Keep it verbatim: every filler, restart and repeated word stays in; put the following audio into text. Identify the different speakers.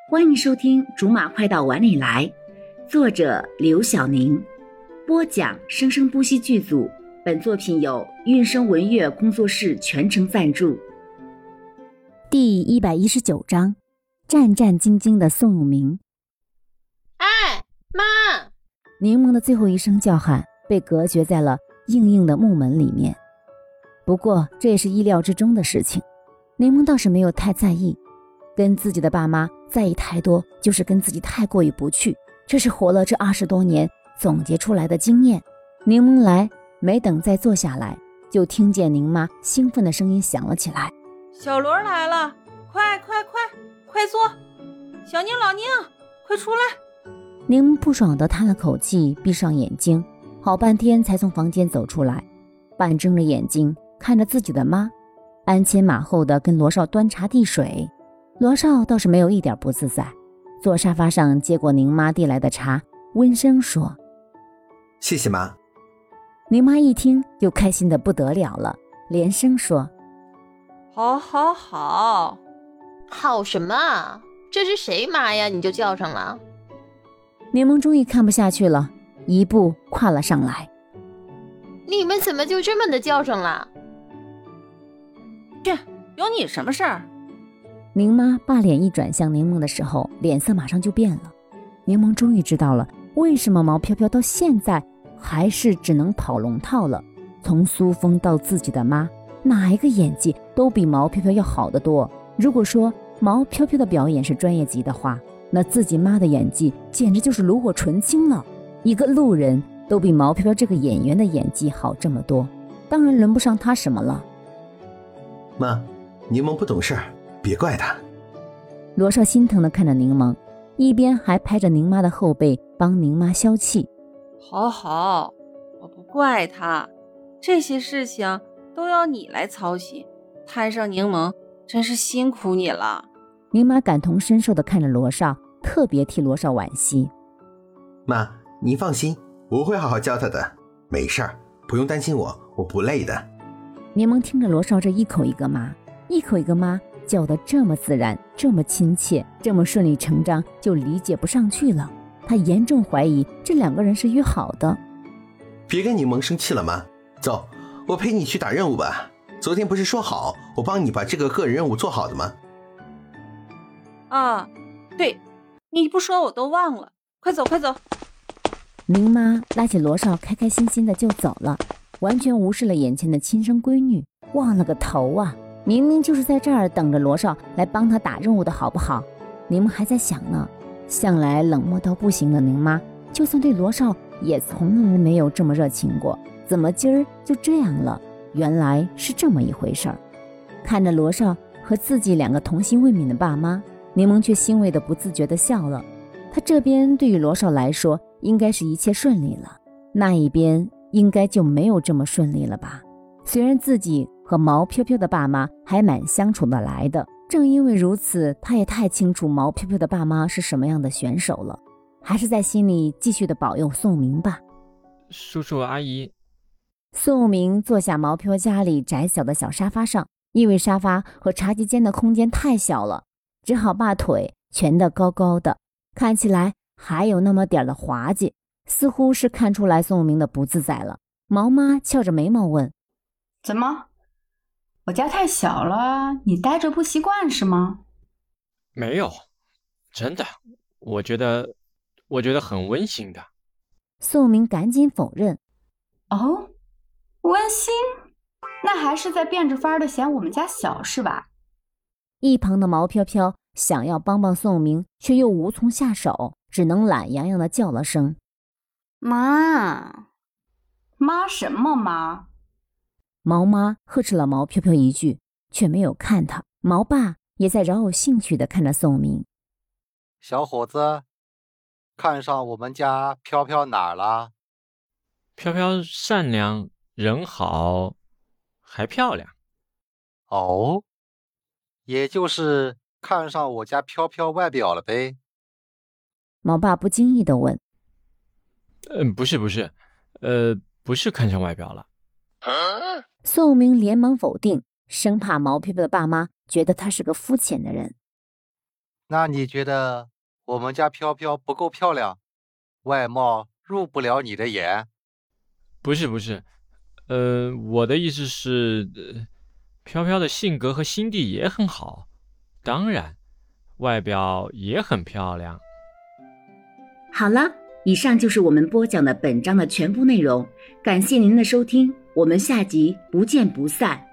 Speaker 1: 欢迎收听《竹马快到碗里来》，作者刘晓宁，播讲生生不息剧组。本作品由韵声文乐工作室全程赞助。第一百一十九章，战战兢兢的宋永明。
Speaker 2: 哎，妈！
Speaker 1: 柠檬的最后一声叫喊被隔绝在了硬硬的木门里面。不过这也是意料之中的事情，柠檬倒是没有太在意。跟自己的爸妈在意太多，就是跟自己太过意不去，这是活了这二十多年总结出来的经验。柠檬来，没等再坐下来，就听见宁妈兴奋的声音响了起来：
Speaker 2: 小罗来了，快快快快坐！小宁老宁，快出来！
Speaker 1: 柠檬不爽地叹了口气，闭上眼睛，好半天才从房间走出来，半睁着眼睛看着自己的妈，鞍前马后的跟罗少端茶递水。罗少倒是没有一点不自在，坐沙发上接过宁妈递来的茶，温声说：
Speaker 3: 谢谢妈。
Speaker 1: 宁妈一听就开心得不得了了，连声说：
Speaker 2: 好好好。
Speaker 4: 好什么？这是谁妈呀？你就叫上了？
Speaker 1: 柠檬终于看不下去了，一步跨了上来。
Speaker 4: 你们怎么就这么的叫上了？
Speaker 2: 这有你什么事儿？
Speaker 1: 宁妈把脸一转向柠檬的时候，脸色马上就变了。柠檬终于知道了为什么毛飘飘到现在还是只能跑龙套了。从苏峰到自己的妈，哪一个演技都比毛飘飘要好得多。如果说毛飘飘的表演是专业级的话，那自己妈的演技简直就是炉火纯青了。一个路人都比毛飘飘这个演员的演技好这么多，当然轮不上他什么了。
Speaker 3: 妈，柠檬不懂事儿，别怪他。
Speaker 1: 罗少心疼地看着柠檬，一边还拍着宁妈的后背帮宁妈消气。
Speaker 2: 好好，我不怪他，这些事情都要你来操心，摊上柠檬真是辛苦你了。
Speaker 1: 宁妈感同身受地看着罗少，特别替罗少惋惜。
Speaker 3: 妈，您放心，我会好好教他的，没事儿，不用担心我，我不累的。
Speaker 1: 柠檬听着罗少这一口一个妈，一口一个妈叫得这么自然，这么亲切，这么顺理成章，就理解不上去了。他严重怀疑这两个人是约好的。
Speaker 3: 别跟柠檬生气了吗？走，我陪你去打任务吧。昨天不是说好我帮你把这个个人任务做好的吗？
Speaker 2: 啊，对，你不说我都忘了，快走快走。
Speaker 1: 宁妈拉起罗少，开开心心的就走了，完全无视了眼前的亲生闺女，忘了个头啊！明明就是在这儿等着罗少来帮他打任务的好不好？柠檬还在想呢，向来冷漠到不行的宁妈，就算对罗少也从来没有这么热情过，怎么今儿就这样了？原来是这么一回事儿。看着罗少和自己两个童心未泯的爸妈，柠檬却欣慰的不自觉的笑了。他这边对于罗少来说应该是一切顺利了，那一边应该就没有这么顺利了吧？虽然自己和毛飘飘的爸妈还蛮相处得来的，正因为如此，他也太清楚毛飘飘的爸妈是什么样的选手了，还是在心里继续的保佑宋明吧。
Speaker 5: 叔叔阿姨。
Speaker 1: 宋明坐下毛飘家里窄小的小沙发上，因为沙发和茶几间的空间太小了，只好把腿蜷得高高的，看起来还有那么点的滑稽，似乎是看出来宋明的不自在了。毛妈翘着眉毛问：
Speaker 6: 怎么？我家太小了，你待着不习惯是吗？
Speaker 5: 没有，真的，我觉得我觉得很温馨的。
Speaker 1: 宋明赶紧否认。
Speaker 6: 哦，温馨？那还是在变着法的嫌我们家小是吧？
Speaker 1: 一旁的毛飘飘想要帮帮宋明，却又无从下手，只能懒洋洋地叫了声
Speaker 6: 妈。妈什么妈？
Speaker 1: 毛妈呵斥了毛飘飘一句，却没有看他。毛爸也在饶有兴趣地看着宋明。
Speaker 7: 小伙子，看上我们家飘飘哪儿了？
Speaker 5: 飘飘善良，人好，还漂亮。
Speaker 7: 哦，也就是看上我家飘飘外表了呗？
Speaker 1: 毛爸不经意地问。
Speaker 5: 嗯，不是不是，呃，不是看上外表了。
Speaker 1: 宋明连忙否定，生怕毛飘飘的爸妈觉得他是个肤浅的人。
Speaker 7: 那你觉得我们家飘飘不够漂亮，外貌入不了你的眼？
Speaker 5: 不是不是，呃，我的意思是，呃飘飘的性格和心地也很好，当然，外表也很漂亮。
Speaker 1: 好了，以上就是我们播讲的本章的全部内容，感谢您的收听，我们下集不见不散。